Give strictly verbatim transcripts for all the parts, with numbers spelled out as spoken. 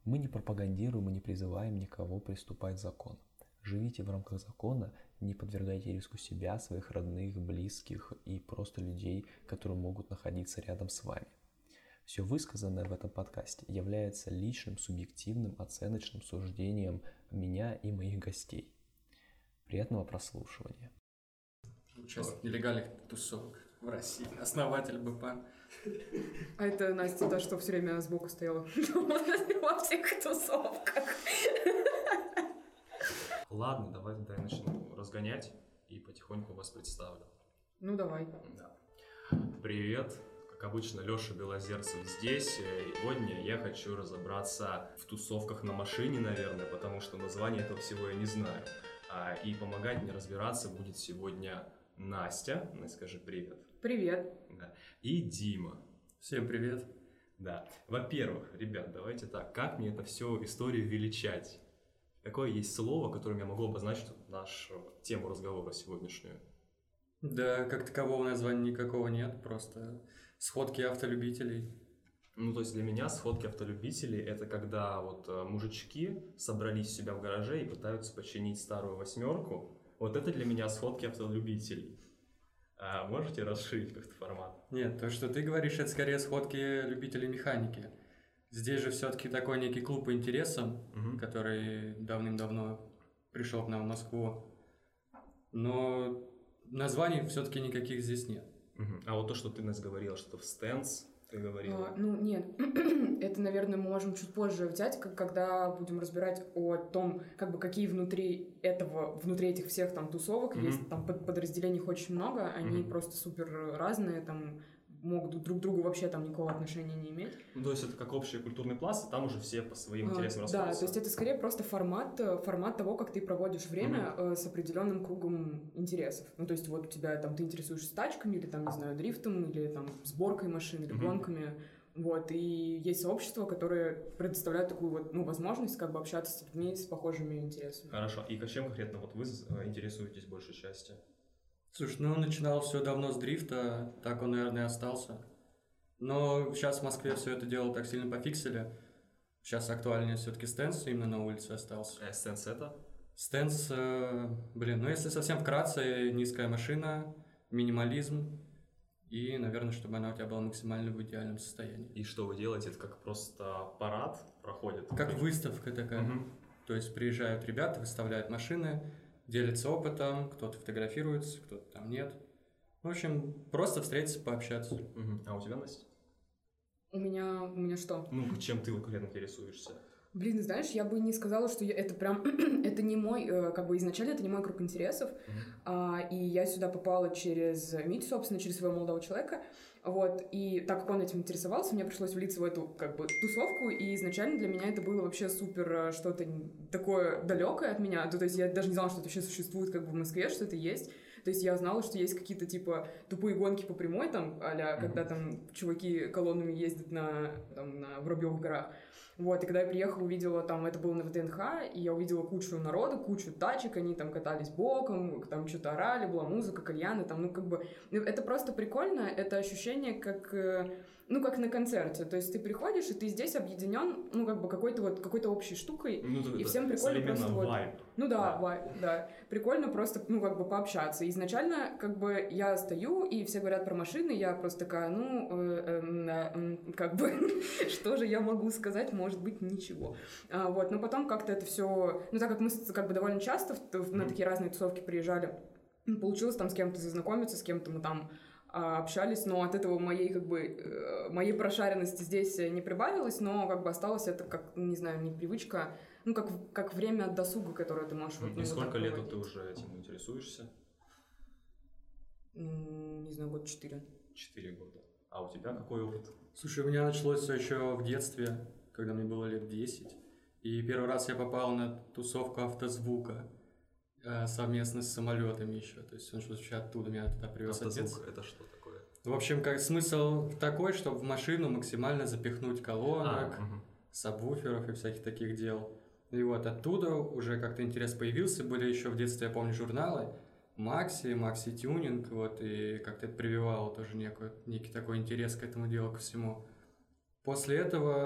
Мы не пропагандируем и не призываем никого приступать закон. Живите в рамках закона, не подвергайте риску себя, своих родных, близких и просто людей, которые могут находиться рядом с вами. Все высказанное в этом подкасте является личным, субъективным, оценочным суждением меня и моих гостей. Приятного прослушивания. Участник нелегальных тусовок в России. Основатель БП. А это Настя, та, что все время сбоку стояла во всех тусовках. Ладно, давай тогда я начну разгонять и потихоньку вас представлю. Ну, давай. Да. Привет. Как обычно, Леша Белозерцев здесь. Сегодня я хочу разобраться в тусовках на машине, наверное, потому что название этого всего я не знаю. И помогать мне разбираться будет сегодня Настя. Настя, скажи привет. Привет. Да. И Дима. Всем привет. Да. Во-первых, ребят, давайте так. Как мне это все историю величать? Какое есть слово, которым я могу обозначить нашу тему разговора сегодняшнюю? Да, как такового названия никакого нет, просто сходки автолюбителей. Ну, то есть для меня сходки автолюбителей – это когда вот мужички собрались у себя в гараже и пытаются починить старую восьмерку. Вот это для меня сходки автолюбителей. А можете расширить как-то формат? Нет, то, что ты говоришь, это скорее сходки любителей механики. Здесь же все-таки такой некий клуб по интересам, угу. который давным-давно пришел к нам в Москву. Но названий все-таки никаких здесь нет. Угу. А вот то, что ты нас говорила, что-то в стенс ты говорила? А, ну, нет. Это, наверное, мы можем чуть позже взять, когда будем разбирать о том, как бы, какие внутри этого, внутри этих всех там тусовок mm-hmm. есть, там подразделений их очень много, они mm-hmm. просто супер разные, там могут друг к другу вообще там никакого отношения не иметь. Ну, то есть это как общий культурный пласт, и там уже все по своим интересам а, расходятся. Да, то есть это скорее просто формат, формат того, как ты проводишь время mm-hmm. с определенным кругом интересов. Ну, то есть вот у тебя там, ты интересуешься тачками, или там, не знаю, дрифтом, или там сборкой машин, или mm-hmm. гонками. Вот, и есть сообщества, которые предоставляют такую вот, ну, возможность как бы общаться с людьми с похожими интересами. Хорошо, и чем конкретно вот вы интересуетесь большей части? Слушай, ну, начинал все давно с дрифта, так он, наверное, и остался. Но сейчас в Москве все это дело так сильно пофиксили. Сейчас актуальнее все-таки стенс именно на улице остался. А стенс это? Стенс, э, блин, ну, если совсем вкратце, низкая машина, минимализм. И, наверное, чтобы она у тебя была максимально в идеальном состоянии. И что вы делаете? Это как просто парад проходит? Как выставка такая. Угу. То есть приезжают ребята, выставляют машины, делятся опытом, кто-то фотографируется, кто-то там нет. В общем, просто встретиться, пообщаться. Угу. А у тебя, Настя? У меня, у меня что? Ну, чем ты конкретно интересуешься? Блин, знаешь, я бы не сказала, что я, это прям, это не мой, как бы изначально это не мой круг интересов, mm-hmm. а, и я сюда попала через Митю, собственно, через своего молодого человека, вот, и так как он этим интересовался, мне пришлось влиться в эту, как бы, тусовку, и изначально для меня это было вообще супер что-то такое далекое от меня, то, то есть я даже не знала, что это вообще существует, как бы, в Москве, что это есть, то есть я знала, что есть какие-то, типа, тупые гонки по прямой, там, а-ля, mm-hmm. когда там чуваки колоннами ездят на, там, на Воробьевых горах. Вот, и когда я приехала, увидела, там, это было на ВДНХ, и я увидела кучу народа, кучу тачек, они там катались боком, там что-то орали, была музыка, кальяны, там, ну, как бы, это просто прикольно, это ощущение, как, ну, как на концерте, то есть ты приходишь, и ты здесь объединен, ну, как бы, какой-то вот, какой-то общей штукой, ну, и всем прикольно просто вот... Вайб. Ну, да, да. вайб, да, прикольно просто, ну, как бы, пообщаться. Изначально, как бы, я стою, и все говорят про машины, я просто такая, ну, э, э, э, как бы, что же я могу сказать, может быть, ничего. А, вот, но потом как-то это все, ну, так как мы как бы довольно часто в, на такие разные тусовки приезжали, получилось там с кем-то зазнакомиться, с кем-то мы там а, общались, но от этого моей, как бы, э, моей прошаренности здесь не прибавилось, но как бы осталось это, как, не знаю, не привычка, ну, как, как время досуга, которое ты можешь... И ну, сколько лет ты уже этим интересуешься? Не знаю, год четыре. Четыре года. А у тебя какой опыт? Слушай, у меня началось все еще в детстве, когда мне было лет десять. И первый раз я попал на тусовку автозвука э, совместно с самолетами еще. То есть он вообще оттуда меня туда привез отец. Автозвук — это что такое? В общем, как смысл такой, чтобы в машину максимально запихнуть колонок, а, угу. сабвуферов и всяких таких дел. И вот оттуда уже как-то интерес появился. Были еще в детстве, я помню, журналы Макси, Макси Тюнинг, вот, и как-то это прививало тоже некий, некий такой интерес к этому делу, ко всему. После этого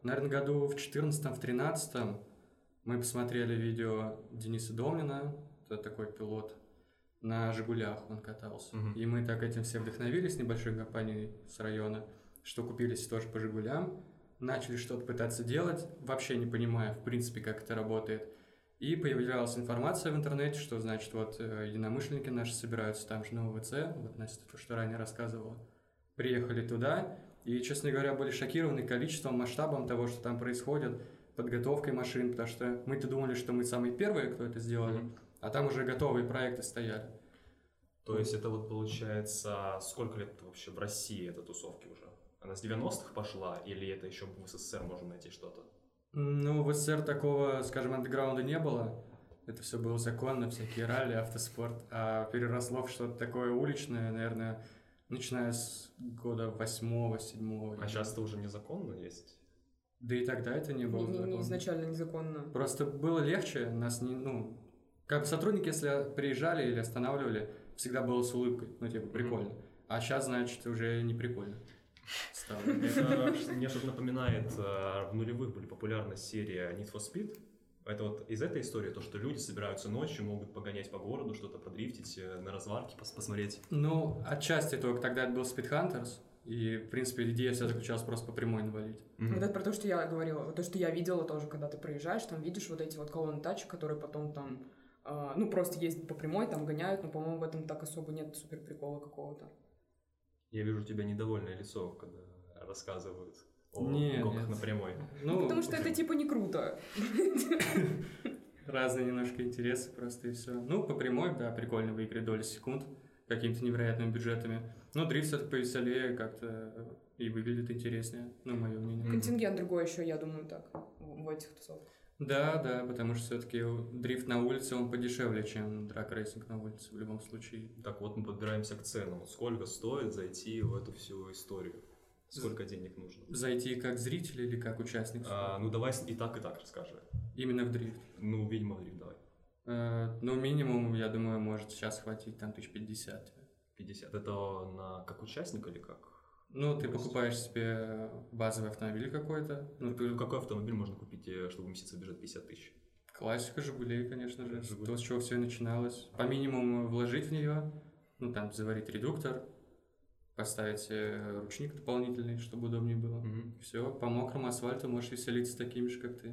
Наверное, году в четырнадцатом, в тринадцатом мы посмотрели видео Дениса Домнина, это такой пилот, на «Жигулях» он катался. Uh-huh. И мы так этим все вдохновились, небольшой компанией с района, что купились тоже по «Жигулям», начали что-то пытаться делать, вообще не понимая, в принципе, как это работает. И появлялась информация в интернете, что, значит, вот единомышленники наши собираются там же на ОВЦ, вот Настя то, что ранее рассказывала. Приехали туда и, честно говоря, были шокированы количеством, масштабом того, что там происходит, подготовкой машин, потому что мы-то думали, что мы самые первые, кто это сделали, mm-hmm. а там уже готовые проекты стояли. То есть это вот получается, сколько лет вообще в России этой тусовки уже? Она с девяностых пошла или это еще в СССР можно найти что-то? Ну, в СССР такого, скажем, андеграунда не было. Это все было законно, всякие ралли, автоспорт. А переросло в что-то такое уличное, наверное, начиная с года восьмого, седьмого. А сейчас это уже незаконно есть? Да и тогда это не было не, законно. Не изначально незаконно. Просто было легче, нас не, ну... Как бы сотрудники, если приезжали или останавливали, всегда было с улыбкой, ну, типа, прикольно. Mm-hmm. А сейчас, значит, уже не прикольно. Это мне что-то напоминает, в нулевых были популярна серия Need for Speed. Это вот из этой истории, то, что люди собираются ночью, могут погонять по городу, что-то подрифтить, на развалке посмотреть. Ну, отчасти только тогда это был Speed Hunters, и, в принципе, идея вся заключалась просто по прямой навалить. Mm-hmm. Вот это про то, что я говорила, то, что я видела тоже, когда ты проезжаешь, там видишь вот эти вот колонны тачек, которые потом там, э, ну, просто ездят по прямой, там гоняют, но, по-моему, в этом так особо нет супер прикола какого-то. Я вижу у тебя недовольное лицо, когда рассказывают о нет, гонках нет. на прямой. Ну, ну, потому что это типа не круто. Разные немножко интересы просто и все. Ну, по прямой, да, прикольно выиграть доли секунд какими-то невероятными бюджетами. Но дрифт все-таки повеселее как-то и выглядит интереснее, ну, мое мнение. Контингент другой еще, я думаю, так, в этих тусовках. Да, да, потому что все-таки дрифт на улице, он подешевле, чем драг-рейсинг на улице в любом случае. Так вот мы подбираемся к ценам. Сколько стоит зайти в эту всю историю? Сколько денег нужно? Зайти как зритель или как участник? А, ну давай и так, и так расскажи. Именно в дрифт? Ну, видимо, в дрифт давай. А, ну, минимум, я думаю, может сейчас хватить там тысяч пятьдесят. пятьдесят. Это на как участник или как? Ну, ты покупаешь себе базовый автомобиль какой-то. Ну, ты... Какой автомобиль можно купить, чтобы в месяц бежать пятьдесят тысяч? Классика «Жигулей», конечно же. Жигули. То, с чего все начиналось. По минимуму вложить в нее, ну, там, заварить редуктор, поставить ручник дополнительный, чтобы удобнее было. Mm-hmm. Все, по мокрому асфальту можешь веселиться с такими же, как ты.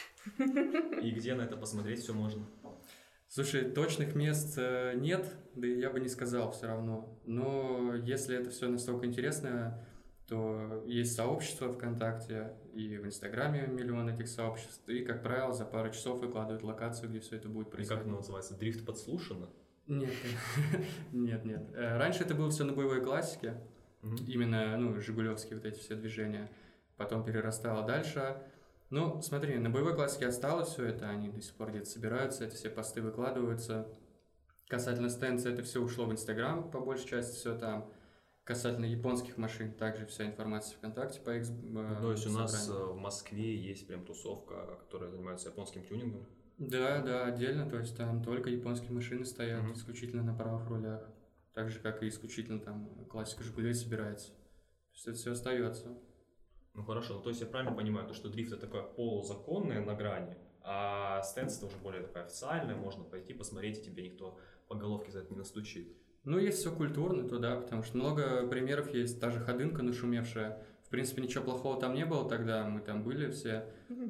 И где на это посмотреть все можно? Слушай, точных мест нет, да и я бы не сказал все равно. Но если это все настолько интересно, то есть сообщество ВКонтакте и в Инстаграме миллион этих сообществ. И, как правило, за пару часов выкладывают локацию, где все это будет происходить. И как оно называется? Дрифт подслушано? Нет, нет, нет. Раньше это было все на боевой классике. Mm-hmm. Именно, ну, жигулевские вот эти все движения. Потом перерастало дальше. Ну, смотри, на боевой классике осталось все это, они до сих пор где-то собираются, эти все посты выкладываются. Касательно стенса, это все ушло в Инстаграм, по большей части все там. Касательно японских машин, также вся информация ВКонтакте по экс... Ну, то есть у нас в Москве есть прям тусовка, которая занимается японским тюнингом? Да, да, отдельно, то есть там только японские машины стоят, mm-hmm. исключительно на правых рулях. Так же, как и исключительно там классика Жигулей собирается. То есть это все остается. Ну хорошо, ну то есть я правильно понимаю, то, что дрифт это такое полузаконное на грани, а стенс это уже более такое официальное, можно пойти посмотреть, и тебе никто по головке за это не настучит. Ну, есть все культурно, то да, потому что много примеров есть, та же Ходынка нашумевшая. В принципе, ничего плохого там не было тогда, мы там были все.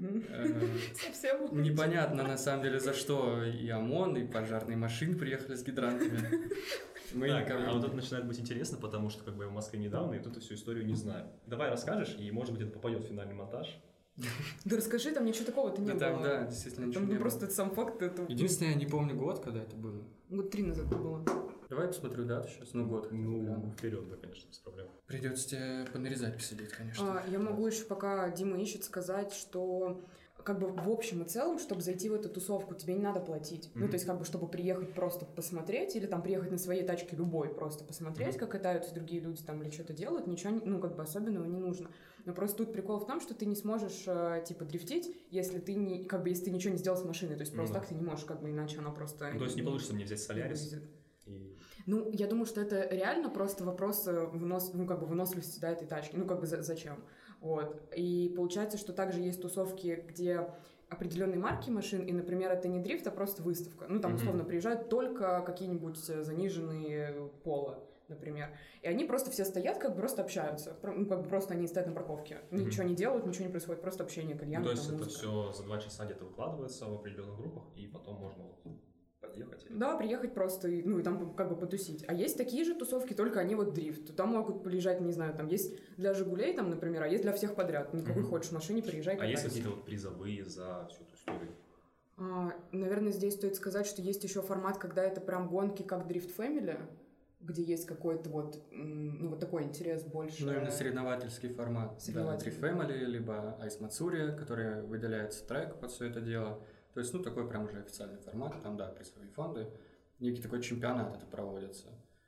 Совсем. Непонятно, на самом деле, за что и ОМОН, и пожарные машины приехали с гидрантами. Мы так, никого... а вот это начинает быть интересно, потому что как бы я в Москве недавно, и тут всю историю не знаю. Давай расскажешь, и может быть это попадет в финальный монтаж. Да расскажи, там ничего такого-то не да, было. Да, действительно ничего там не было. Просто это сам факт. Это... Единственное, я не помню год, когда это было. Год три назад это было. Давай посмотрю дату сейчас, ну год. Ну, да. Вперед, да, конечно, без проблем. Придется тебе понарезать, посидеть, конечно. А, я могу еще, пока Дима ищет, сказать, что как бы в общем и целом, чтобы зайти в эту тусовку, тебе не надо платить. Mm-hmm. Ну, то есть, как бы, чтобы приехать просто посмотреть, или там приехать на своей тачке любой, просто посмотреть, mm-hmm. как катаются другие люди там или что-то делают, ничего, ну, как бы особенного не нужно. Но просто тут прикол в том, что ты не сможешь, типа, дрифтить, если ты не, как бы, если ты ничего не сделал с машиной. То есть, просто mm-hmm. так ты не можешь, как бы, иначе она просто... Ну, то есть, не получится мне взять Солярис? И... Ну, я думаю, что это реально просто вопрос вынос, ну, как бы выносливости, да, этой тачки. Ну, как бы за, зачем? Вот. И получается, что также есть тусовки, где определенные марки машин, и, например, это не дрифт, а просто выставка. Ну, там, условно, приезжают только какие-нибудь заниженные пола, например. И они просто все стоят, как бы просто общаются. Ну, как бы просто они стоят на парковке. Mm-hmm. Ничего не делают, ничего не происходит, просто общение, кальян, ну, то есть там, это музыка. все за два часа где-то выкладывается в определенных группах, и потом можно подъехать? Или... Да, приехать просто, ну, и там как бы потусить. А есть такие же тусовки, только они вот дрифт. Там могут приезжать, не знаю, там есть для «Жигулей», там, например, а есть для всех подряд. Ну, какой mm-hmm. хочешь в машине, приезжай, катайся. А есть какие-то вот призовые за всю эту историю? А, наверное, здесь стоит сказать, что есть еще формат, когда это прям гонки, как Drift Family, где есть какой-то вот, ну, вот такой интерес больше. Ну, именно соревновательский формат. Соревновательский. Да, Drift Family, либо Ice Matsuri, который выделяется трек под все это дело. То есть, ну, такой прям уже официальный формат, там, да, призовые фонды. Некий такой чемпионат это проводится.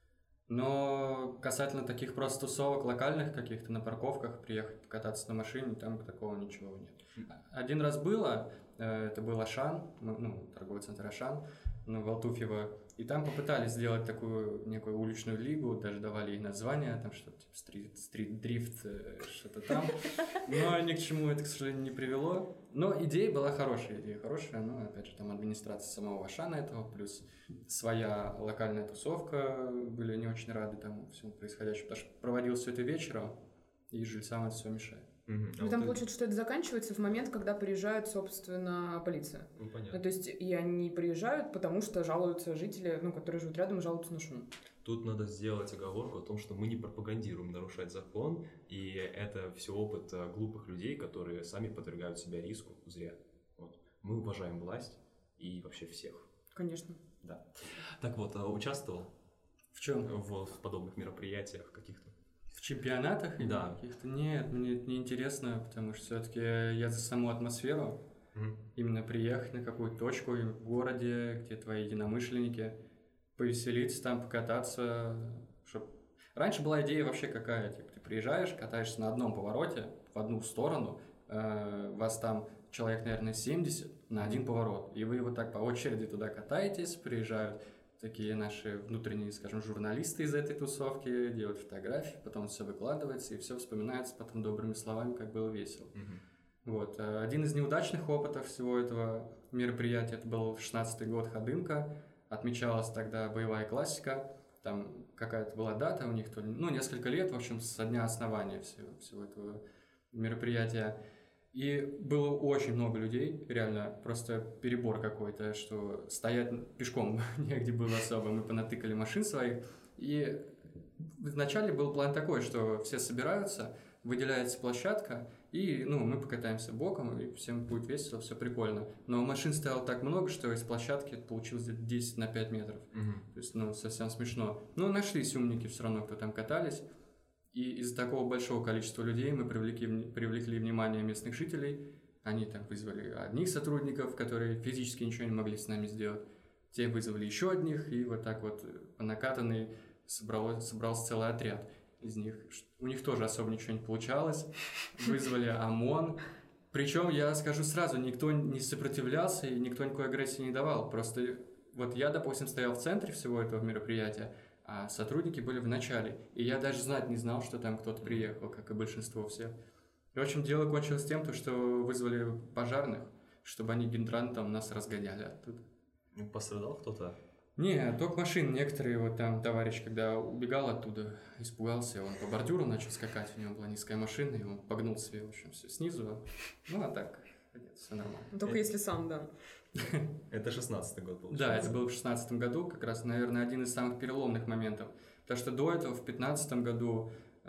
Но касательно таких просто тусовок локальных каких-то на парковках, приехать покататься на машине, там такого ничего нет. Один раз было, это был Ашан, ну, торговый центр Ашан, ну, в Алтуфьево, и там попытались сделать такую некую уличную лигу, даже давали ей название, там что-то типа стрит, стрит-дрифт, что-то там, но ни к чему это, к сожалению, не привело. Но идея была хорошая, идея хорошая, но, опять же, там администрация самого Ашана этого, плюс своя локальная тусовка, были не очень рады тому всему происходящему, потому что проводил все это вечером, и жильцам это все мешает. Mm-hmm. А ну, там вот получается, что это заканчивается в момент, когда приезжает, собственно, полиция. Ну, понятно. Ну, то есть, и они приезжают, потому что жалуются жители, ну, которые живут рядом, жалуются на шум. Тут надо сделать оговорку о том, что мы не пропагандируем нарушать закон, и это все опыт глупых людей, которые сами подвергают себя риску зря. Вот. Мы уважаем власть и вообще всех. Конечно. Да. Так вот, участвовал? В чем? В, в подобных мероприятиях каких-то. В чемпионатах или да. каких-то? Нет, мне это неинтересно, потому что все-таки я за саму атмосферу. Mm-hmm. Именно приехать на какую-то точку в городе, где твои единомышленники, повеселиться там, покататься. Чтоб... Раньше была идея вообще какая, типа ты приезжаешь, катаешься на одном повороте в одну сторону, э, вас там человек, наверное, семьдесят на один поворот, и вы вот так по очереди туда катаетесь, приезжают такие наши внутренние, скажем, журналисты из этой тусовки, делают фотографии, потом все выкладывается, и все вспоминается потом добрыми словами, как было весело. Mm-hmm. Вот. Один из неудачных опытов всего этого мероприятия, это был шестнадцатый год, Ходынка, отмечалась тогда боевая классика, там какая-то была дата у них, то ли, ну, несколько лет, в общем, со дня основания всего, всего этого мероприятия. И было очень много людей, реально просто перебор какой-то, что стоять пешком негде было особо, мы понатыкали машин своих. И вначале был план такой, что все собираются, выделяется площадка, и ну, мы покатаемся боком, и всем будет весело, все прикольно. Но машин стояло так много, что из площадки получилось где-то десять на пять метров. Mm-hmm. То есть, ну, совсем смешно. Но нашлись умники все равно, кто там катались. И из-за такого большого количества людей мы привлекли, привлекли внимание местных жителей. Они там вызвали одних сотрудников, которые физически ничего не могли с нами сделать. Те вызвали еще одних, и вот так вот по накатанной собралось, собрался целый отряд из них. У них тоже особо ничего не получалось. Вызвали ОМОН. Причем, я скажу сразу, никто не сопротивлялся и никто никакой агрессии не давал. Просто вот я, допустим, стоял в центре всего этого мероприятия, а сотрудники были в начале. И я даже знать не знал, что там кто-то приехал, как и большинство всех. И, в общем, дело кончилось тем, что вызвали пожарных, чтобы они гидрантом нас разгоняли оттуда. Ну, пострадал кто-то? Не, только машин. Некоторые, вот там товарищ, когда убегал оттуда, испугался, он по бордюру начал скакать, у него была низкая машина, и он погнул себе, в общем, все снизу. Ну, а так, нет, все нормально. Только если сам, да. Это шестнадцатый год, получается. Да, это был в шестнадцатом году, как раз, наверное, один из самых переломных моментов. Потому что до этого, в пятнадцатом году,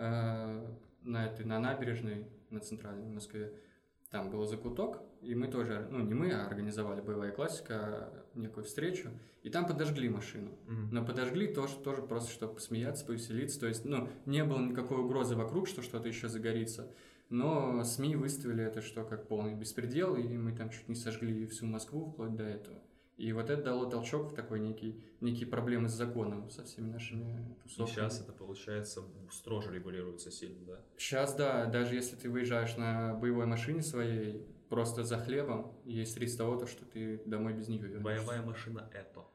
э, на, этой, на набережной, на центральной в Москве, там был закуток, и мы тоже, ну, не мы, а организовали боевая классика, некую встречу, и там подожгли машину. Mm-hmm. Но подожгли тоже, тоже просто, чтобы посмеяться, повеселиться. То есть, ну, не было никакой угрозы вокруг, что что-то еще загорится. Но СМИ выставили это что как полный беспредел, и мы там чуть не сожгли всю Москву вплоть до этого. И вот это дало толчок в такой некий, некие проблемы с законом, со всеми нашими тусовками. И сейчас это, получается, строже регулируется сильно, да? Сейчас, да, даже если ты выезжаешь на боевой машине своей, просто за хлебом, есть риск того, что ты домой без нее вернешься. Боевая машина это?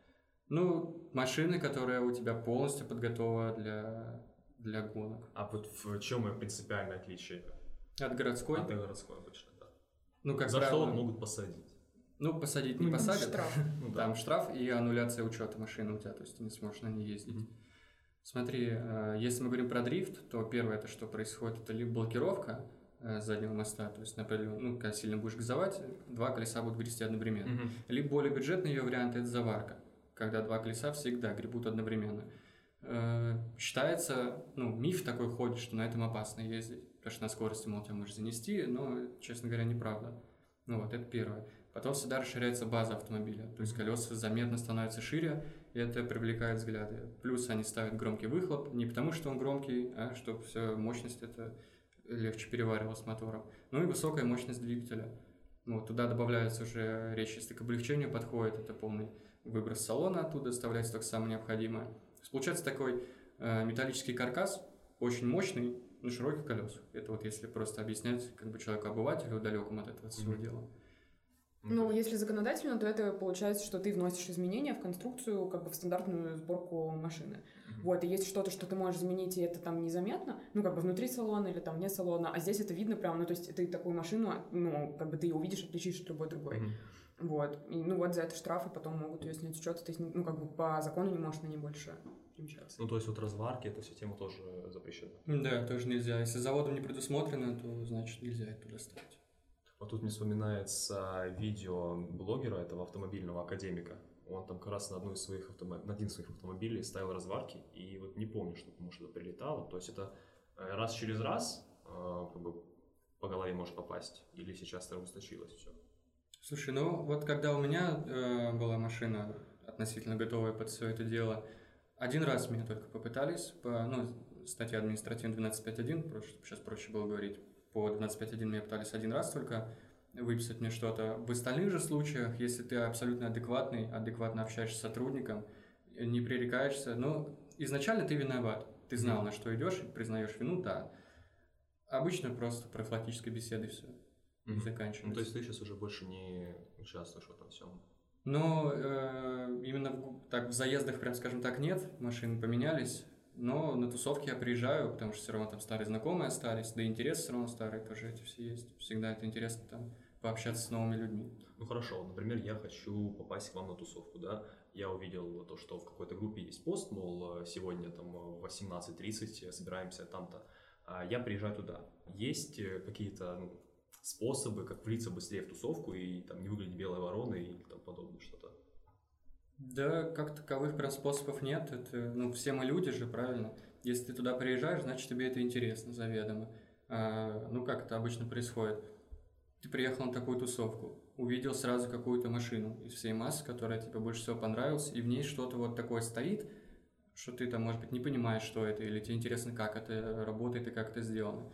Ну, машина, которая у тебя полностью подготова для, для гонок. А вот в чем ее принципиальное отличие? От городской? От городской обычно, да. Ну, как За правило, что могут посадить? Ну, посадить не Ну, посадят. штраф. Ну, да. Там штраф и аннуляция учета машины у тебя, то есть ты не сможешь на ней ездить. Мгм. Смотри, э, если мы говорим про дрифт, то первое, это что происходит, это либо блокировка э, заднего моста, то есть, например, ну, когда сильно будешь газовать, два колеса будут грести одновременно. Мгм. Либо более бюджетный ее вариант – это заварка, когда два колеса всегда гребут одновременно. Э, Считается, ну, миф такой ходит, что на этом опасно ездить, потому что на скорости, мол, тебя можешь занести, но, честно говоря, неправда. Ну вот, это первое. Потом всегда расширяется база автомобиля, то есть колеса заметно становятся шире, и это привлекает взгляды. Плюс они ставят громкий выхлоп, не потому что он громкий, а чтобы вся мощность это легче переваривалась мотором. Ну и высокая мощность двигателя. Вот, туда добавляется уже речь, если к облегчению подходит, это полный выброс салона оттуда, оставляется только самое необходимое. То есть получается такой э, металлический каркас, очень мощный, на широких колесах. Это вот если просто объяснять как бы человеку-обывателю, далекому от этого всего Мгм. дела. Ну, если законодательно, то это получается, что ты вносишь изменения в конструкцию, как бы в стандартную сборку машины. Мгм. Вот, и есть что-то, что ты можешь изменить, и это там незаметно, ну, как бы внутри салона или там вне салона, а здесь это видно прям, ну, то есть ты такую машину, ну, как бы ты ее увидишь, отличишь от любой другой. Мгм. Вот, и, ну, вот за это штрафы потом могут ее снять с учета, то есть, ну, как бы по закону не можешь на ней больше примчаться. Ну, то есть вот разварки, эта вся тема тоже запрещена. Да, тоже нельзя. Если заводом не предусмотрено, то значит нельзя это туда ставить. Вот тут мне вспоминается видео блогера, этого автомобильного академика. Он там как раз на, одну из своих автомо... на один из своих автомобилей ставил разварки, и вот не помню, что ему что-то прилетало. То есть это э, раз через раз э, как бы по голове может попасть, или сейчас это ужесточилось все? Слушай, ну вот когда у меня э, была машина относительно готовая под все это дело, один раз меня только попытались, по, ну, статья административная двенадцать пять один, просто, чтобы сейчас проще было говорить, по двенадцать пять один меня пытались один раз только выписать мне что-то. В остальных же случаях, если ты абсолютно адекватный, адекватно общаешься с сотрудником, не пререкаешься, ну, изначально ты виноват. Ты знал, на что идешь, и признаешь вину, да. Обычно просто профилактической беседой все Мгм. заканчивается. Ну, то есть ты сейчас уже больше не участвуешь в этом всем? Но э, именно в, так, в заездах, прям скажем так, нет, машины поменялись. Но на тусовки я приезжаю, потому что все равно там старые знакомые остались, да и интересы все равно старые тоже эти все есть. Всегда это интересно там пообщаться с новыми людьми. Ну хорошо, например, я хочу попасть к вам на тусовку, да, я увидел то, что в какой-то группе есть пост, мол, сегодня там в восемнадцать тридцать собираемся там-то, а я приезжаю туда. Есть какие-то ну, способы, как влиться быстрее в тусовку и там не выглядеть белой вороной и там подобное что-то? Да, как таковых прям способов нет. Это, ну, все мы люди же, правильно? Если ты туда приезжаешь, значит, тебе это интересно заведомо. А, ну, как это обычно происходит? Ты приехал на такую тусовку, увидел сразу какую-то машину из всей массы, которая тебе больше всего понравилась, и в ней что-то вот такое стоит, что ты там, может быть, не понимаешь, что это, или тебе интересно, как это работает и как это сделано.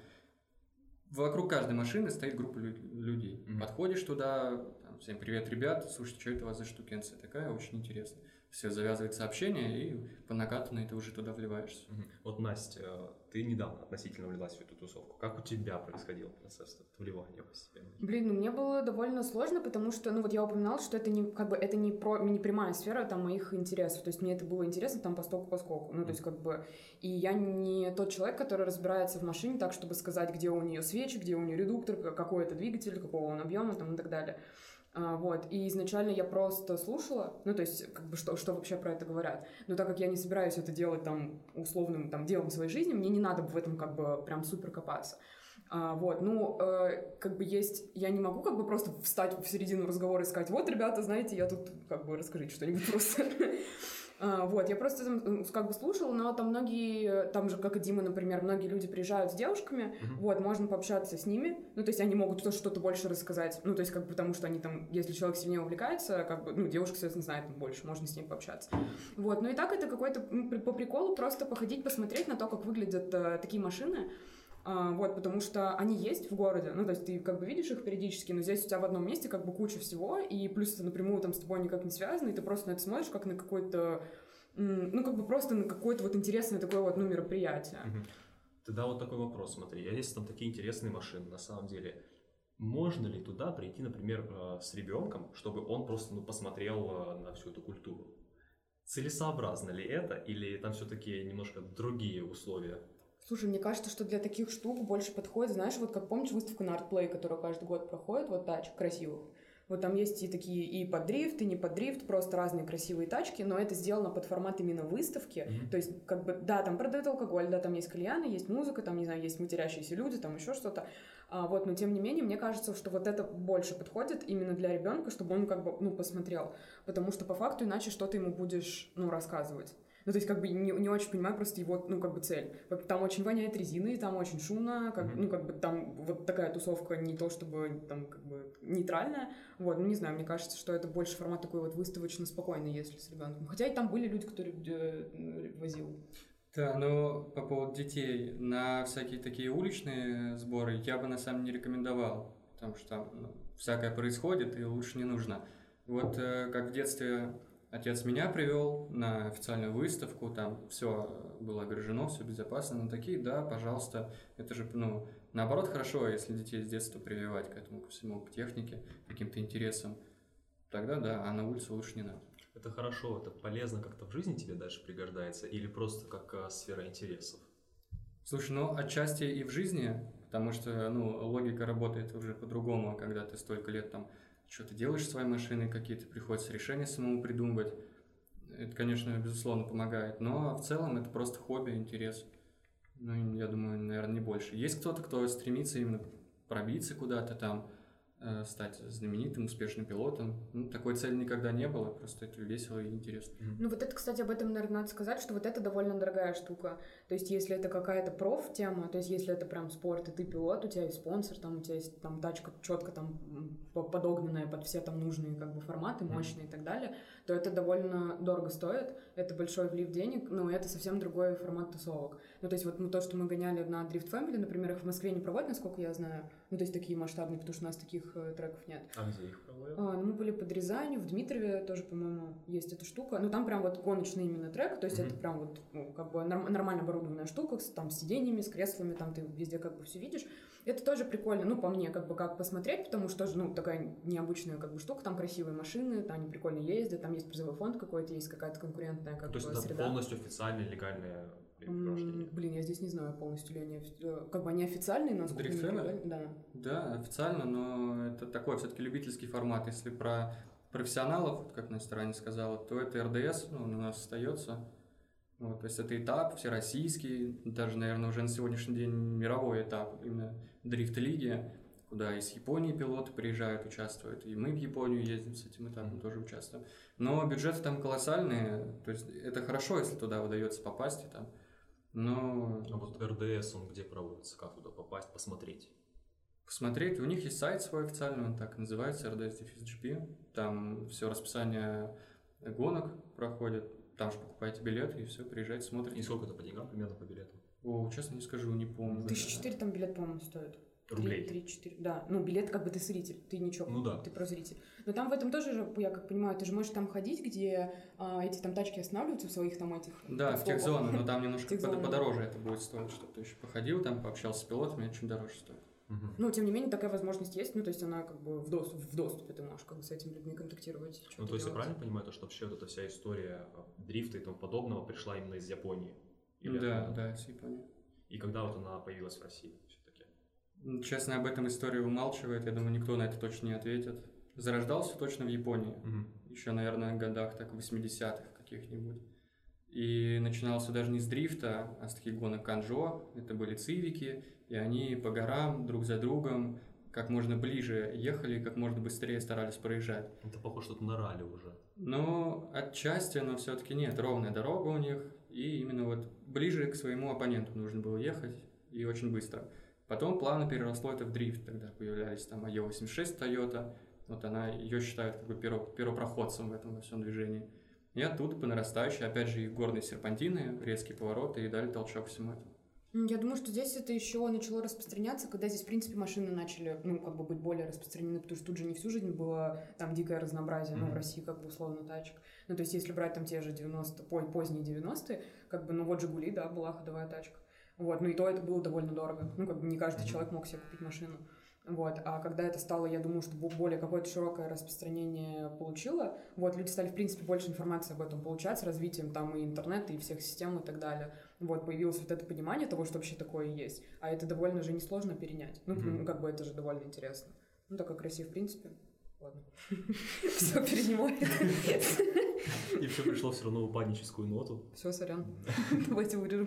Вокруг каждой машины стоит группа лю- людей. Мгм. Подходишь туда, там, всем привет, ребят, слушайте, что это у вас за штукенция такая, очень интересно. Все, завязывается общение, и по накатанной ты уже туда вливаешься. Мгм. Вот, Настя, ты недавно относительно влилась в эту тусовку. Как у тебя происходил процесс вливания постепенно? Блин, ну мне было довольно сложно, потому что, ну вот я упоминала, что это не, как бы, это не, про, не прямая сфера там моих интересов, то есть мне это было интересно там постоку-поскольку, ну то есть как бы, и я не тот человек, который разбирается в машине так, чтобы сказать, где у нее свечи, где у нее редуктор, какой это двигатель, какого он объема там и так далее. А, вот, и изначально я просто слушала, ну, то есть, как бы, что, что вообще про это говорят. Но так как я не собираюсь это делать там условным там делом своей жизни, мне не надо в этом как бы прям супер копаться. А, вот, ну, э, как бы есть, я не могу как бы просто встать в середину разговора и сказать, вот, ребята, знаете, я тут, как бы, расскажите что-нибудь просто. А, вот, я просто там, как бы слушала, но там многие, там же, как и Дима, например, многие люди приезжают с девушками, Мгм. вот, можно пообщаться с ними, ну, то есть они могут тоже что-то больше рассказать, ну, то есть как бы потому что они там, если человек сильнее увлекается, как бы, ну, девушка, соответственно, знает там больше, можно с ней пообщаться. Вот, ну и так это какой-то, ну, при- по приколу просто походить, посмотреть на то, как выглядят э, такие машины. А, вот, потому что они есть в городе, ну, то есть ты как бы видишь их периодически, но здесь у тебя в одном месте как бы куча всего, и плюс это напрямую там с тобой никак не связано, и ты просто на это смотришь как на какой-то, м, ну, как бы просто на какое-то вот интересное такое вот, ну, мероприятие. Мгм. Тогда вот такой вопрос, смотри, а если там такие интересные машины, на самом деле, можно ли туда прийти, например, э, с ребенком, чтобы он просто ну, посмотрел э, на всю эту культуру? Целесообразно ли это, или там все-таки немножко другие условия? Слушай, мне кажется, что для таких штук больше подходит, знаешь, вот как помнишь выставка на ArtPlay, которая каждый год проходит, вот тачек красивых. Вот там есть и такие и под дрифт, и не под дрифт, просто разные красивые тачки, но это сделано под формат именно выставки. Mm-hmm. То есть, как бы, да, там продают алкоголь, да, там есть кальяны, есть музыка, там, не знаю, есть матерящиеся люди, там еще что-то. А, вот, но тем не менее, мне кажется, что вот это больше подходит именно для ребенка, чтобы он как бы, ну, посмотрел. Потому что по факту иначе что ты ему будешь, ну, рассказывать. Ну, то есть, как бы, не, не очень понимаю просто его, ну, как бы, цель. Там очень воняет резиной, там очень шумно, как, mm-hmm. ну, как бы, там вот такая тусовка не то чтобы, там, как бы, нейтральная. Вот, ну, не знаю, мне кажется, что это больше формат такой вот выставочно спокойный, если с ребенком. Хотя и там были люди, которые э, возил. Да, но по поводу детей, на всякие такие уличные сборы я бы, на самом деле, не рекомендовал, потому что там ну, всякое происходит, и лучше не нужно. Вот э, как в детстве... Отец меня привел на официальную выставку, там все было ограждено, все безопасно, но такие, да, пожалуйста, это же, ну, наоборот, хорошо, если детей с детства прививать к этому, ко всему, к технике, к каким-то интересам, тогда да, а на улицу лучше не надо. Это хорошо, это полезно как-то в жизни тебе дальше пригождается или просто как а, сфера интересов? Слушай, ну, отчасти и в жизни, потому что, ну, логика работает уже по-другому, когда ты столько лет там что ты делаешь с своей машиной, какие-то приходится решения самому придумывать. Это, конечно, безусловно помогает, но в целом это просто хобби, интерес. Ну, я думаю, наверное, не больше. Есть кто-то, кто стремится именно пробиться куда-то там, э, стать знаменитым, успешным пилотом. Ну, такой цели никогда не было, просто это весело и интересно. Ну, вот это, кстати, об этом, наверное, надо сказать, что вот это довольно дорогая штука. То есть, если это какая-то проф-тема, то есть, если это прям спорт, и ты пилот, у тебя есть спонсор, там, у тебя есть там тачка четко там подогнанная под все там нужные как бы форматы, мощные mm-hmm. и так далее, то это довольно дорого стоит, это большой влив денег, но это совсем другой формат тусовок. Ну, то есть, вот ну, то, что мы гоняли на Drift Family, например, их в Москве не проводят, насколько я знаю, ну, то есть, такие масштабные, потому что у нас таких э, треков нет. А где их проводят? А, ну, мы были под Рязанью, в Дмитрове тоже, по-моему, есть эта штука, ну, там прям вот гоночный именно трек, то есть, mm-hmm. это прям вот, ну, как бы норм- нормально оборудованная штука, с, там, с сиденьями, с креслами, там, ты везде как бы все видишь. Это тоже прикольно, ну, по мне, как бы, как посмотреть, потому что, ну, такая необычная, как бы, штука, там красивые машины, там они прикольно ездят, там есть призовой фонд какой-то, есть какая-то конкурентная, как бы, среда. То есть это полностью официальные, легальные упражнения? Блин, я здесь не знаю, полностью ли они, как бы, они официальные, но сколько они легальные? Да. Да, официально, но это такой все-таки любительский формат. Если про профессионалов, как Настя ранее сказала, то это эр дэ эс, ну, он у нас остается. Вот, то есть это этап всероссийский, даже, наверное, уже на сегодняшний день мировой этап именно дрифт-лиги, куда из Японии пилоты приезжают, участвуют, и мы в Японию ездим с этим этапом, тоже участвуем. Но бюджеты там колоссальные, то есть это хорошо, если туда удается попасть, и там, но... А вот эр дэ эс, он где проводится, как туда попасть, посмотреть? Посмотреть, у них есть сайт свой официальный, он так и называется, эр дэ эс джи пи, там все расписание гонок проходит. Там же покупаете билеты и все, приезжайте, смотрите. И сколько это по деньгам примерно по билету? О, честно не скажу, не помню. Тысяча четыре там билет, по-моему, стоит. Рублей? три-четыре, да. Ну, билет, как бы ты зритель, ты ничего, ну, да. ты про зритель. Но там в этом тоже же, я как понимаю, ты же можешь там ходить, где а, эти там тачки останавливаются в своих там этих... Да, в тех зонах, но там немножко под, подороже это будет стоить, чтобы ты еще походил, там пообщался с пилотами, это чуть дороже стоит. Угу. Ну, тем не менее, такая возможность есть, ну, то есть она как бы в, доступ, в доступе, ты можешь как бы с этими людьми контактировать. Ну, то есть я правильно понимаю, то, что вообще вот эта вся история дрифта и тому подобного пришла именно из Японии? Или да, это... да, с Японии. И когда вот она появилась в России все-таки? Честно, об этом история умалчивает, я думаю, никто на это точно не ответит. Зарождался точно в Японии, угу. еще, наверное, в годах так восьмидесятых каких-нибудь. И начинался даже не с дрифта, а с таких гонок канжо, это были цивики, и они по горам друг за другом как можно ближе ехали, как можно быстрее старались проезжать. Это похоже, что-то на ралли уже. Ну, отчасти, но все-таки нет, ровная дорога у них, и именно вот ближе к своему оппоненту нужно было ехать, и очень быстро. Потом плавно переросло это в дрифт, тогда появлялись там ай о восемьдесят шесть Toyota, вот она, ее считают как бы перво, первопроходцем в этом во всем движении. И оттуда по нарастающей, опять же, и горные серпантины, резкие повороты, и дали толчок всему этому. Я думаю, что здесь это еще начало распространяться, когда здесь, в принципе, машины начали, ну, как бы быть более распространены, потому что тут же не всю жизнь было там дикое разнообразие, mm-hmm. ну, в России, как бы, условно, тачек. Ну, то есть, если брать там те же девяностые, поздние девяностые, как бы, ну, вот «Жигули», да, была ходовая тачка. Вот, ну, и то это было довольно дорого. Ну, как бы, не каждый mm-hmm. человек мог себе купить машину. Вот, а когда это стало, я думаю, что более какое-то широкое распространение получило, вот, люди стали, в принципе, больше информации об этом получать с развитием там и интернета, и всех систем и так далее. вот, появилось вот это понимание того, что вообще такое есть, а это довольно же несложно перенять, ну, mm-hmm. как бы это же довольно интересно. Ну, так как Россия, в принципе, ладно, все перенимает. И все пришло все равно в упадническую ноту. Все, сорян, давайте вырежем.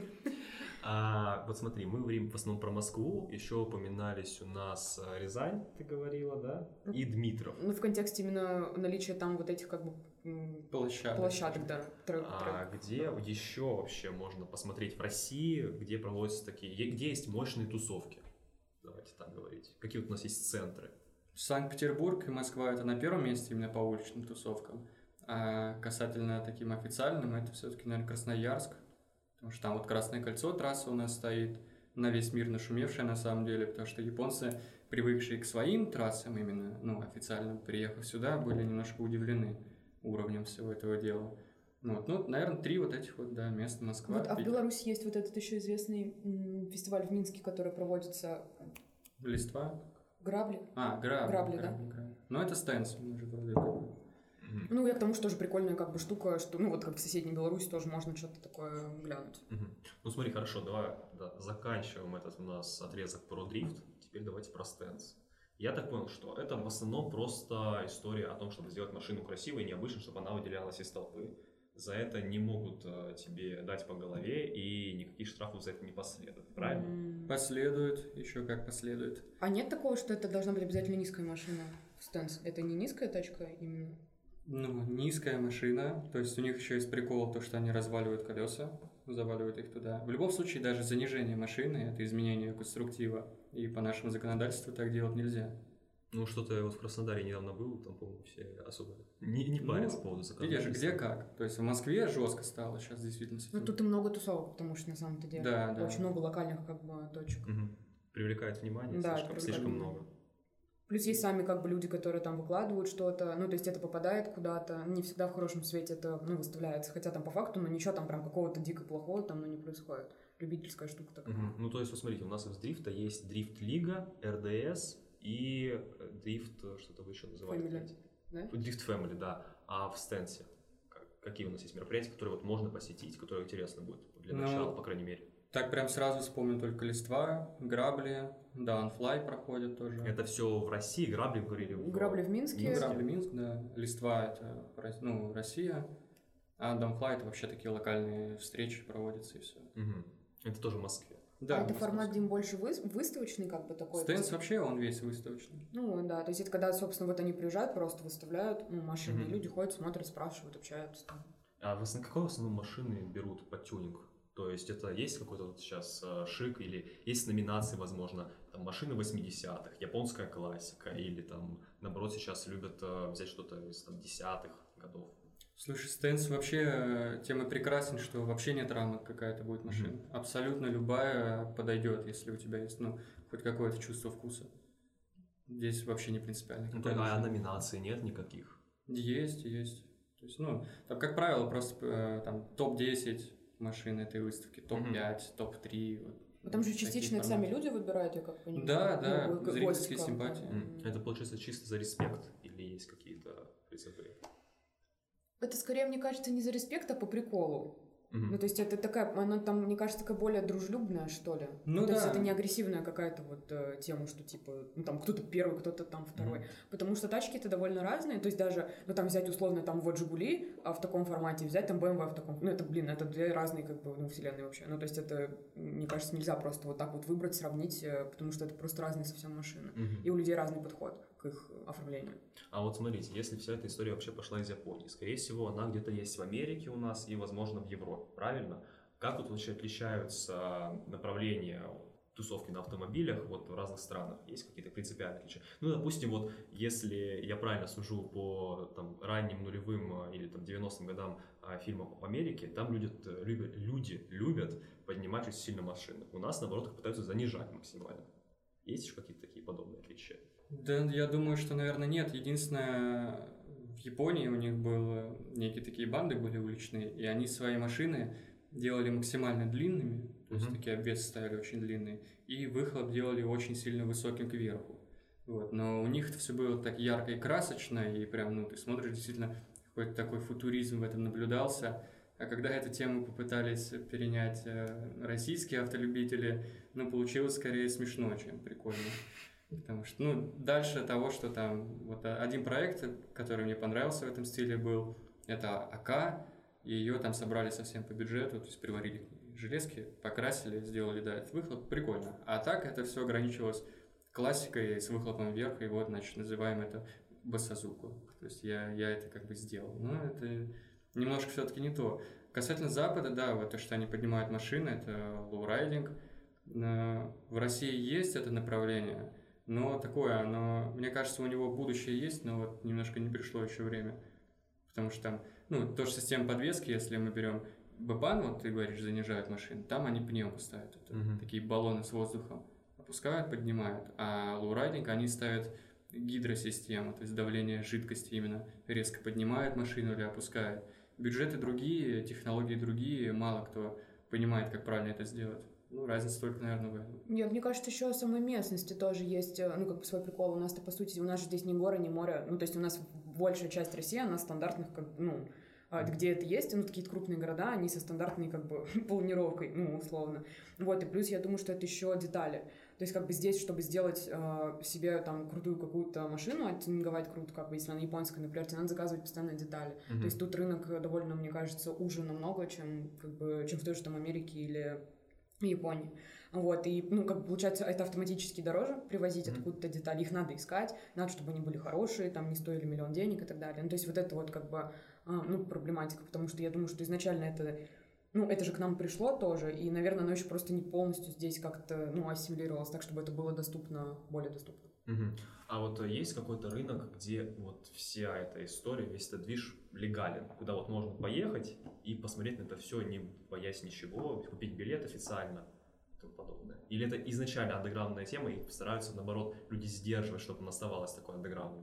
А, вот смотри, мы говорим в основном про Москву, еще упоминались у нас Рязань, ты говорила, да, и Дмитров. Ну, в контексте именно наличия там вот этих как бы площадок, площадок да. Трек, а трек. где еще вообще можно посмотреть в России, где проводятся такие, где есть мощные тусовки? Давайте так говорить. Какие вот у нас есть центры? Санкт-Петербург и Москва — это на первом месте именно по уличным тусовкам. А касательно таким официальным, это все-таки, наверное, Красноярск. Потому что там вот Красное кольцо, трасса у нас стоит, на весь мир нашумевшая на самом деле, потому что японцы, привыкшие к своим трассам именно, ну, официальным, приехав сюда, были немножко удивлены уровнем всего этого дела. Ну, вот, ну, наверное, три вот этих вот, да, места: Москва, Вот, а в Питер. Беларуси есть вот этот еще известный м, фестиваль в Минске, который проводится... Листва? Грабли? А, грабли. Грабли, грабли, да? грабли. Ну, это стенс, мы же вроде как бы. Mm-hmm. Ну, я к тому, что тоже прикольная как бы штука, что, ну, вот как в соседней Беларуси тоже можно что-то такое глянуть. Mm-hmm. Ну, смотри, хорошо, давай да, заканчиваем этот у нас отрезок про дрифт, теперь давайте про стенс. Я так понял, что это в основном просто история о том, чтобы сделать машину красивой и необычной, чтобы она выделялась из толпы. За это не могут uh, тебе дать по голове, и никаких штрафов за это не последует, правильно? Mm. Последует, еще как последует. А нет такого, что это должна быть обязательно низкая машина в стенс? Это не низкая тачка именно? Ну, низкая машина, то есть у них еще есть прикол то, что они разваливают колеса, заваливают их туда. В любом случае, даже занижение машины — это изменение конструктива, и по нашему законодательству так делать нельзя. Ну, что-то я вот в Краснодаре недавно был, там, по-моему, все особо не, не парятся ну, по поводу законодательства. Видишь, где как. То есть в Москве жестко стало сейчас действительно. Ну, тут и много тусовок, потому что на самом-то деле да, да. очень много локальных как бы точек. Угу. Привлекает внимание, да, слишком, слишком много. Плюс есть сами как бы люди, которые там выкладывают что-то, ну, то есть это попадает куда-то, не всегда в хорошем свете это, ну, выставляется, хотя там по факту, ну, ничего там прям какого-то дико плохого там, ну, не происходит. Любительская штука такая. Угу. Ну, то есть, вот смотрите, у нас из дрифта есть дрифт-лига, эр дэ эс и дрифт, что-то вы еще называли. Family, да? Дрифт Family, да. А в стенсе какие у нас есть мероприятия, которые вот можно посетить, которые интересно будет для начала, ну, по крайней мере? Так прям сразу вспомню только Листва, Грабли, Downfly проходят тоже. Это все в России, Грабли говорили? В... Грабли в Минске. Минске. Грабли Минск, да. Листва — это, ну, Россия, а Downfly — это вообще такие локальные встречи проводятся и все. Угу. Это тоже в Москве. Да, а это формат, Дим, больше вы, выставочный как бы такой? Стенс вообще, он весь выставочный. Ну да, то есть это когда, собственно, вот они приезжают, просто выставляют, ну, машины, угу. люди ходят, смотрят, спрашивают, общаются там. А в основном, какой в основном машины берут под тюнинг? То есть это есть какой-то вот сейчас э, шик, или есть номинации, возможно, там машины восьмидесятых, японская классика, или там, наоборот, сейчас любят э, взять что-то из там, десятых годов? Слушай, стенс вообще тема прекрасен, что вообще нет рамок, какая-то будет машина. Mm-hmm. Абсолютно любая подойдет, если у тебя есть, ну, хоть какое-то чувство вкуса. Здесь вообще не принципиально. Ну, а номинаций нет никаких? Есть, есть. То есть, ну, там, как правило, просто э, там топ десять машин этой выставки, топ пять, mm-hmm. топ три. Вот, там же частично это сами люди выбирают, я как понимаю. Да, да, ну, зрительские симпатии. Mm. Это получается чисто за респект или есть какие-то призывы? Это скорее, мне кажется, не за респект, а по приколу. Mm-hmm. Ну, то есть это такая, она там, мне кажется, такая более дружелюбная, что ли. Ну, то да. есть это не агрессивная какая-то вот э, тема, что типа, ну там кто-то первый, кто-то там второй. Mm-hmm. Потому что тачки-то довольно разные. То есть даже, ну там взять условно там вот Жигули а в таком формате, взять там бэ эм вэ в таком. Ну это, блин, это две разные как бы, ну, вселенные вообще. Ну то есть это, мне кажется, нельзя просто вот так вот выбрать, сравнить, потому что это просто разные совсем машины. Mm-hmm. И у людей разный подход к их оформлению. А вот смотрите, если вся эта история вообще пошла из Японии, скорее всего, она где-то есть в Америке у нас и, возможно, в Европе, правильно? Как вот вообще отличаются направления тусовки на автомобилях вот в разных странах? Есть какие-то принципиальные отличия? Ну, допустим, вот если я правильно сужу по там, ранним нулевым или там, девяностым годам а, фильмов в Америке, там люди любят, люди любят поднимать очень сильно машины. У нас, наоборот, их пытаются занижать максимально. Есть еще какие-то такие подобные отличия? Да, я думаю, что, наверное, нет. Единственное, в Японии у них были некие такие банды были уличные, и они свои машины делали максимально длинными, то есть mm-hmm. такие обвесы ставили очень длинные, и выхлоп делали очень сильно высоким кверху. Вот. Но у них это все было так ярко и красочно, и прям, ну, ты смотришь, действительно, какой-то такой футуризм в этом наблюдался. А когда эту тему попытались перенять российские автолюбители, ну, получилось скорее смешно, чем прикольно. Потому что, ну, дальше того, что там, вот один проект, который мне понравился в этом стиле был, это АК, и ее там собрали совсем по бюджету, то есть приварили железки, покрасили, сделали, да, этот выхлоп, прикольно. А так это все ограничивалось классикой с выхлопом вверх, и вот, значит, называем это басазуку. То есть я, я это как бы сделал. Но это немножко все-таки не то. Касательно Запада, да, вот то, что они поднимают машины, это лоурайдинг. В России есть это направление, но такое, оно, мне кажется, у него будущее есть, но вот немножко не пришло еще время. Потому что там, ну, тоже система подвески, если мы берем Бэпан, вот ты говоришь, занижают машины, там они пневму ставят, это uh-huh. такие баллоны с воздухом, опускают, поднимают, а лоурайдинг они ставят гидросистему, то есть давление жидкости именно резко поднимает машину или опускает. Бюджеты другие, технологии другие, мало кто понимает, как правильно это сделать. Ну, разница только, наверное, в этом. Нет, мне кажется, еще в самой местности тоже есть, ну, как бы свой прикол. У нас-то, по сути, у нас же здесь ни горы, ни море. Ну, то есть у нас большая часть России, она стандартных, как, ну, где это есть, ну, такие крупные города, они со стандартной, как бы, планировкой, ну, условно. Вот, и плюс я думаю, что это еще детали. То есть, как бы здесь, чтобы сделать э, себе там крутую какую-то машину, оттюнинговать круто, как бы, если она японская, например, тебе надо заказывать постоянно детали. Mm-hmm. То есть тут рынок довольно, мне кажется, уже намного, чем, как бы, чем в той же там Америке или Японии. Вот, и, ну, как бы, получается, это автоматически дороже привозить mm-hmm. откуда-то детали, их надо искать, надо, чтобы они были хорошие, там, не стоили миллион денег и так далее. Ну, то есть вот это вот, как бы, а, ну, проблематика, потому что я думаю, что изначально это, ну, это же к нам пришло тоже, и, наверное, оно еще просто не полностью здесь как-то, ну, ассимилировалось так, чтобы это было доступно, более доступно. Mm-hmm. А вот есть какой-то рынок, где вот вся эта история, весь этот движ легален, куда вот можно поехать и посмотреть на это все, не боясь ничего, купить билет официально и тому подобное? Или это изначально андеграундная тема и стараются, наоборот, люди сдерживать, чтобы она оставалась такой андеграундной?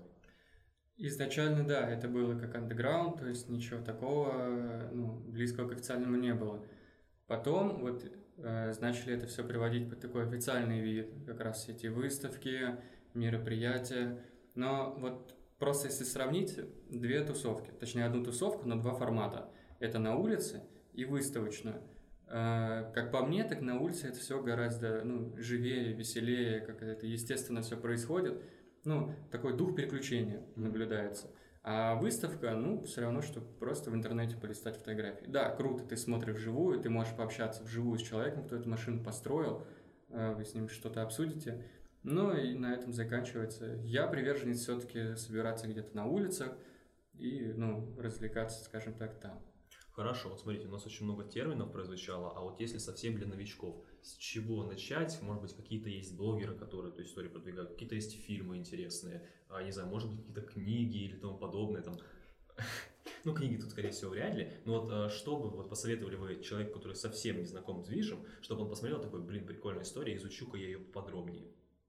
Изначально, да, это было как андеграунд, то есть ничего такого, ну, близкого к официальному не было. Потом вот э, начали это все приводить под такой официальный вид, как раз все эти выставки, мероприятия. Но вот просто если сравнить две тусовки, точнее одну тусовку, но два формата. Это на улице и выставочную. Э, как по мне, так на улице это все гораздо, ну, живее, веселее, как это естественно все происходит. Ну, такой дух приключения наблюдается. А выставка, ну, все равно, что просто в интернете полистать фотографии. Да, круто, ты смотришь вживую, ты можешь пообщаться вживую с человеком, кто эту машину построил, вы с ним что-то обсудите. Ну, и на этом заканчивается. Я приверженец все-таки собираться где-то на улицах и, ну, развлекаться, скажем так, там. Хорошо, вот смотрите, у нас очень много терминов прозвучало, а вот если совсем для новичков, с чего начать? Может быть, какие-то есть блогеры, которые эту историю продвигают, какие-то есть фильмы интересные, а, не знаю, может быть, какие-то книги или тому подобное, там. Ну, книги тут, скорее всего, вряд ли, но вот что бы вот посоветовали вы человеку, который совсем не знаком с движем, чтобы он посмотрел такой, блин, прикольная история, изучу-ка я ее подробнее?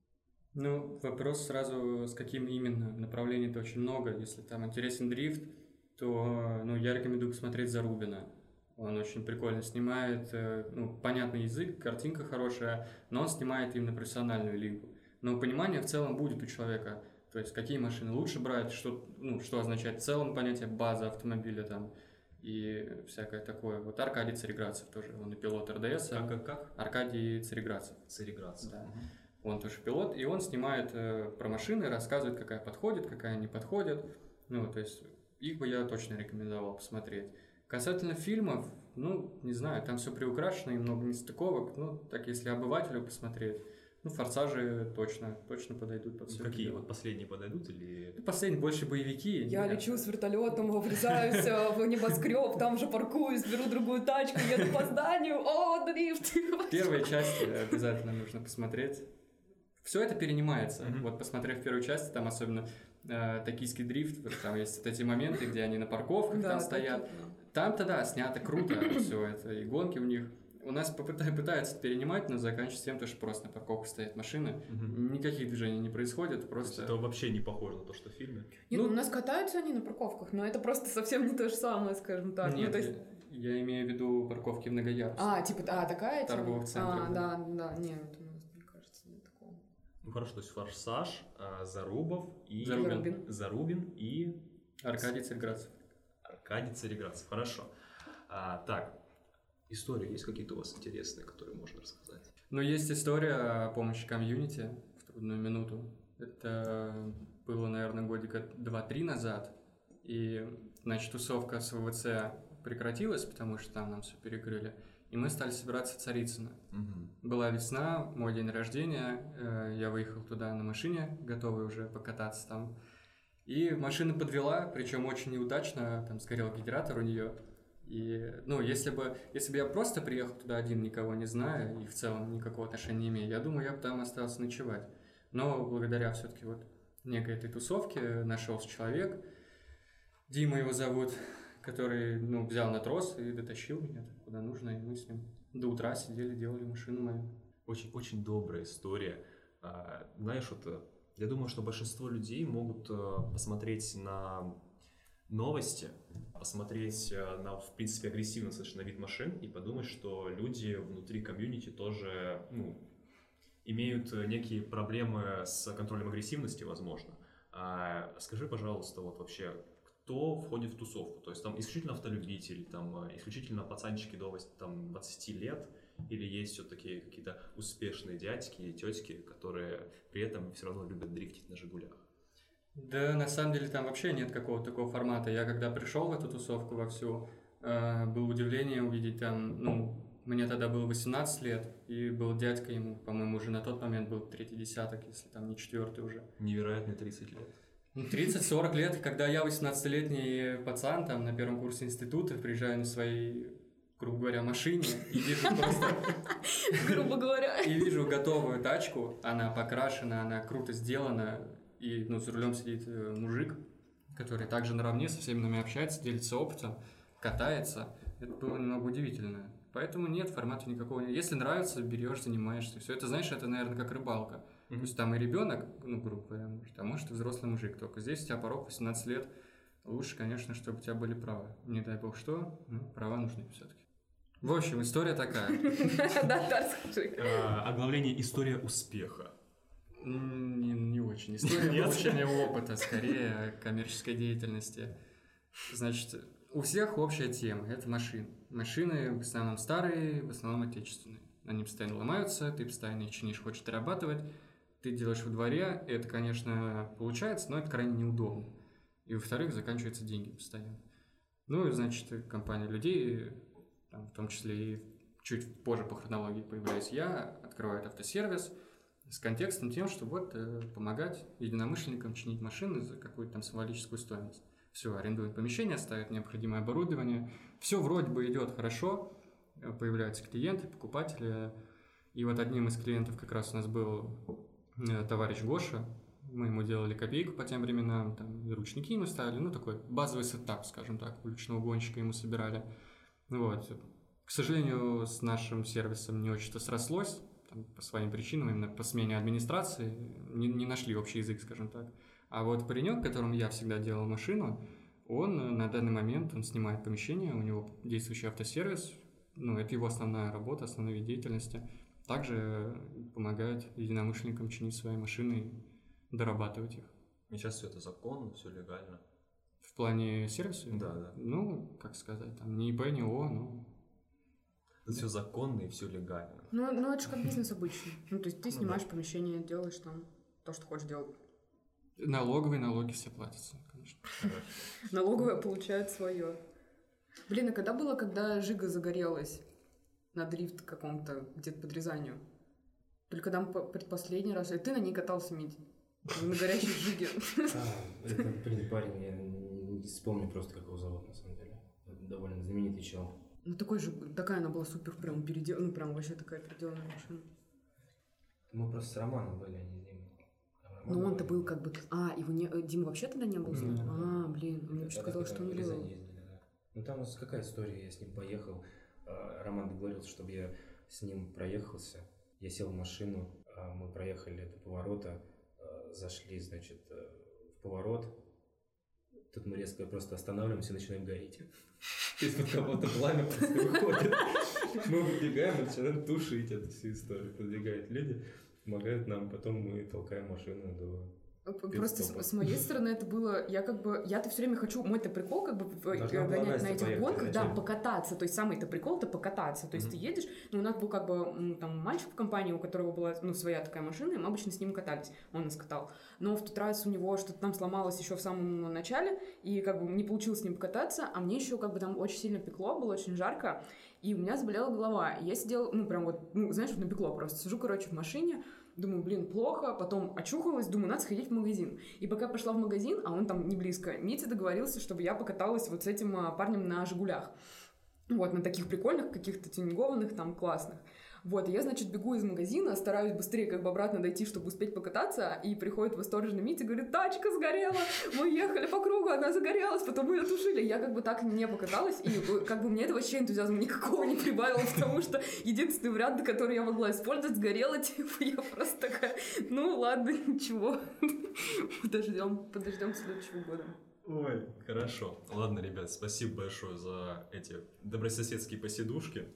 Ну, вопрос сразу, с каким именно направлением-то очень много. Если там интересен дрифт, то, ну, я рекомендую посмотреть Зарубина. Он очень прикольно снимает, ну, понятный язык, картинка хорошая, но он снимает именно профессиональную лигу. Но понимание в целом будет у человека, то есть какие машины лучше брать, что, ну, что означает в целом понятие база автомобиля там и всякое такое. Вот Аркадий Цареградцев тоже, он и пилот эр дэ эс. А как, как? Аркадий Цареградцев. Цареградцев. Да. Угу. Он тоже пилот, и он снимает э, про машины, рассказывает, какая подходит, какая не подходит. Ну, то есть их бы я точно рекомендовал посмотреть. Касательно фильмов, ну, не знаю, там все приукрашено и много нестыковок. Ну, так если обывателю посмотреть, ну, «Форсажи» точно, точно подойдут под все. Какие вот последние подойдут или? Ну, последние больше боевики. Я нет. лечу с вертолетом, врезаюсь в небоскреб, там же паркуюсь, беру другую тачку, еду по зданию, о, дрифт! Первые части обязательно нужно посмотреть. Все это перенимается. Mm-hmm. Вот посмотрев первую часть, там особенно э, токийский дрифт, вот там есть вот эти моменты, где они на парковках там стоят. Там-то, да, снято круто все это, и гонки у них. У нас пытаются перенимать, но заканчивается тем, что просто на парковках стоят машины, угу. Никаких движений не происходит, просто... То есть это вообще не похоже на то, что в фильме? Нет, ну, у нас катаются они на парковках, но это просто совсем не то же самое, скажем так. Нет, ну, то есть... я, я имею в виду парковки многоярусные. А, типа, а, такая? Торговых центров. А, да, да, нет, у нас, мне кажется, нет такого. Ну, хорошо, то есть «Форсаж», Зарубов и... Зарубин. Зарубин и... Аркадий Цареградцев. Аркадий Цареградцев, хорошо. А, так, истории есть какие-то у вас интересные, которые можно рассказать? Ну, есть история о помощи комьюнити в трудную минуту. Это было, наверное, годика два-три назад. И, значит, тусовка с ВВЦ прекратилась, потому что там нам все перекрыли. И мы стали собираться в Царицыно. Угу. Была весна, мой день рождения. Я выехал туда на машине, готовый уже покататься там. И машина подвела, причем очень неудачно, там сгорел генератор у нее. И, ну, если бы, если бы я просто приехал туда один, никого не зная, и в целом никакого отношения не имея, я думаю, я бы там остался ночевать. Но благодаря все-таки вот некой этой тусовке нашелся человек, Дима его зовут, который, ну, взял на трос и дотащил меня куда нужно, и мы с ним до утра сидели, делали машину мою. Очень, очень добрая история. А, знаешь, вот я думаю, что большинство людей могут посмотреть на новости, посмотреть на, в принципе, агрессивный совершенно вид машин и подумать, что люди внутри комьюнити тоже, ну, имеют некие проблемы с контролем агрессивности, возможно. А, скажи, пожалуйста, вот вообще, кто входит в тусовку? То есть там исключительно автолюбители, там исключительно пацанчики до там, двадцати лет, или есть все-таки какие-то успешные дядьки и тетки, которые при этом все равно любят дрифтить на «Жигулях»? Да, на самом деле там вообще нет какого-то такого формата. Я когда пришел в эту тусовку вовсю, э, было удивление увидеть там, ну, мне тогда было восемнадцать лет, и был дядька ему, по-моему, уже на тот момент был третий десяток, если там не четвертый уже. Невероятные тридцать лет. тридцать-сорок лет, когда я восемнадцатилетний пацан, там, на первом курсе института, приезжаю на своей, грубо говоря, машине, и вижу просто... Грубо говоря. И вижу готовую тачку, она покрашена, она круто сделана, и, ну, за рулем сидит мужик, который также наравне со всеми нами общается, делится опытом, катается. Это было немного удивительно. Поэтому нет, формата никакого нет. Если нравится, берешь, занимаешься. Все это, знаешь, это, наверное, как рыбалка. Mm-hmm. То есть там и ребенок, ну, грубо говоря, может, а может и взрослый мужик. Только здесь у тебя порог восемнадцать лет. Лучше, конечно, чтобы у тебя были права. Не дай бог что, ну, права нужны все-таки. В общем, история такая. Да, да, скажи. Оглавление «История успеха». Не, не очень. История получения опыта, скорее, коммерческой деятельности. Значит, у всех общая тема – это машины. Машины в основном старые, в основном отечественные. Они постоянно ломаются, ты постоянно их чинишь, хочешь дорабатывать. Ты делаешь во дворе, и это, конечно, получается, но это крайне неудобно. И, во-вторых, заканчиваются деньги постоянно. Ну, и, значит, компания людей, там, в том числе и чуть позже по хронологии появляюсь я, открывает автосервис с контекстом тем, что вот э, помогать единомышленникам чинить машины за какую-то там символическую стоимость. Все, арендуют помещение, ставят необходимое оборудование. Все вроде бы идет хорошо, появляются клиенты, покупатели. И вот одним из клиентов как раз у нас был э, товарищ Гоша. Мы ему делали копейку по тем временам, там, и ручники ему ставили, ну, такой базовый сетап, скажем так, уличного гонщика ему собирали. Вот. К сожалению, с нашим сервисом не очень-то срослось, там, по своим причинам, именно по смене администрации, не, не нашли общий язык, скажем так. А вот паренек, которому я всегда делал машину, он на данный момент, он снимает помещение, у него действующий автосервис, ну, это его основная работа, основной вид деятельности. Также помогает единомышленникам чинить свои машины и дорабатывать их. И сейчас все это законно, все легально. В плане сервиса? Да, да. Ну, как сказать, там ни ИП, ни ООО, но... Это все законно и все легально. Ну, ну, это же как бизнес обычный. Ну, то есть ты снимаешь ну, да. помещение, делаешь там то, что хочешь делать. Налоговые налоги все платятся, конечно. Налоговая получает свое. Блин, а когда было, когда Жига загорелась на дрифт каком-то, где-то под Рязанью? Только там предпоследний раз. И ты на ней катался, Мить? На горячей Жиге. А, это, блин, парень, я не вспомню просто, как его зовут, на самом деле. Довольно знаменитый чел. Ну, такой же, такая она была супер, прям переделанная, ну, прям вообще такая переделанная машина. Мы просто с Романом были, а не с Димой. Ну, он-то был как бы... А, его не... Дима вообще тогда не был с ним? А, блин, мне вообще казалось, что он был. Ездили, да. Ну, там у нас какая история, я с ним поехал. Роман договорился, чтобы я с ним проехался. Я сел в машину, мы проехали до поворота, зашли, значит, в поворот. Тут мы резко просто останавливаемся и начинаем гореть. Из-под кого-то пламя просто выходит. Мы выбегаем и начинаем тушить эту всю историю. Подбегают люди, помогают нам, потом мы толкаем машину до Просто с, с моей стороны это было, я как бы, я-то все время хочу, мой-то прикол как бы Должна гонять на этих поехать, гонках, да, зачем? покататься, то есть самый-то прикол-то покататься, то есть mm-hmm. ты едешь, ну у нас был как бы м, там мальчик в компании, у которого была, ну, своя такая машина, и мы обычно с ним катались, он нас катал, но в тот раз у него что-то там сломалось еще в самом начале, и как бы не получилось с ним покататься, а мне еще как бы там очень сильно пекло, было очень жарко, и у меня заболела голова, и я сидела, ну прям вот, ну знаешь, вот напекло просто, сижу, короче, в машине. Думаю, блин, плохо, потом очухалась, думаю, надо сходить в магазин. И пока пошла в магазин, а он там не близко, Митя договорился, чтобы я покаталась вот с этим парнем на «Жигулях». Вот, на таких прикольных, каких-то тюнингованных, там, классных. Вот, и я, значит, бегу из магазина, стараюсь быстрее как бы обратно дойти, чтобы успеть покататься, и приходит восторженный Митя и говорит, тачка сгорела, мы ехали по кругу, она загорелась, потом мы ее тушили. Я как бы так не покаталась, и как бы мне это вообще энтузиазма никакого не прибавило, потому что единственный вариант, который я могла использовать, сгорела, типа, я просто такая, ну ладно, ничего, подождем, подождем следующего года. Ой, хорошо. Ладно, ребят, спасибо большое за эти добрососедские посидушки.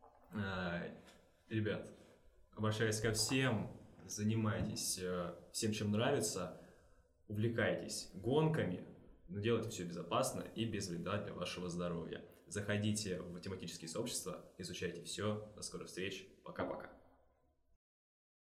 Ребят, обращаясь ко всем, занимайтесь всем, чем нравится, увлекайтесь гонками, но делайте все безопасно и без вреда для вашего здоровья. Заходите в тематические сообщества, изучайте все. До скорых встреч. Пока-пока.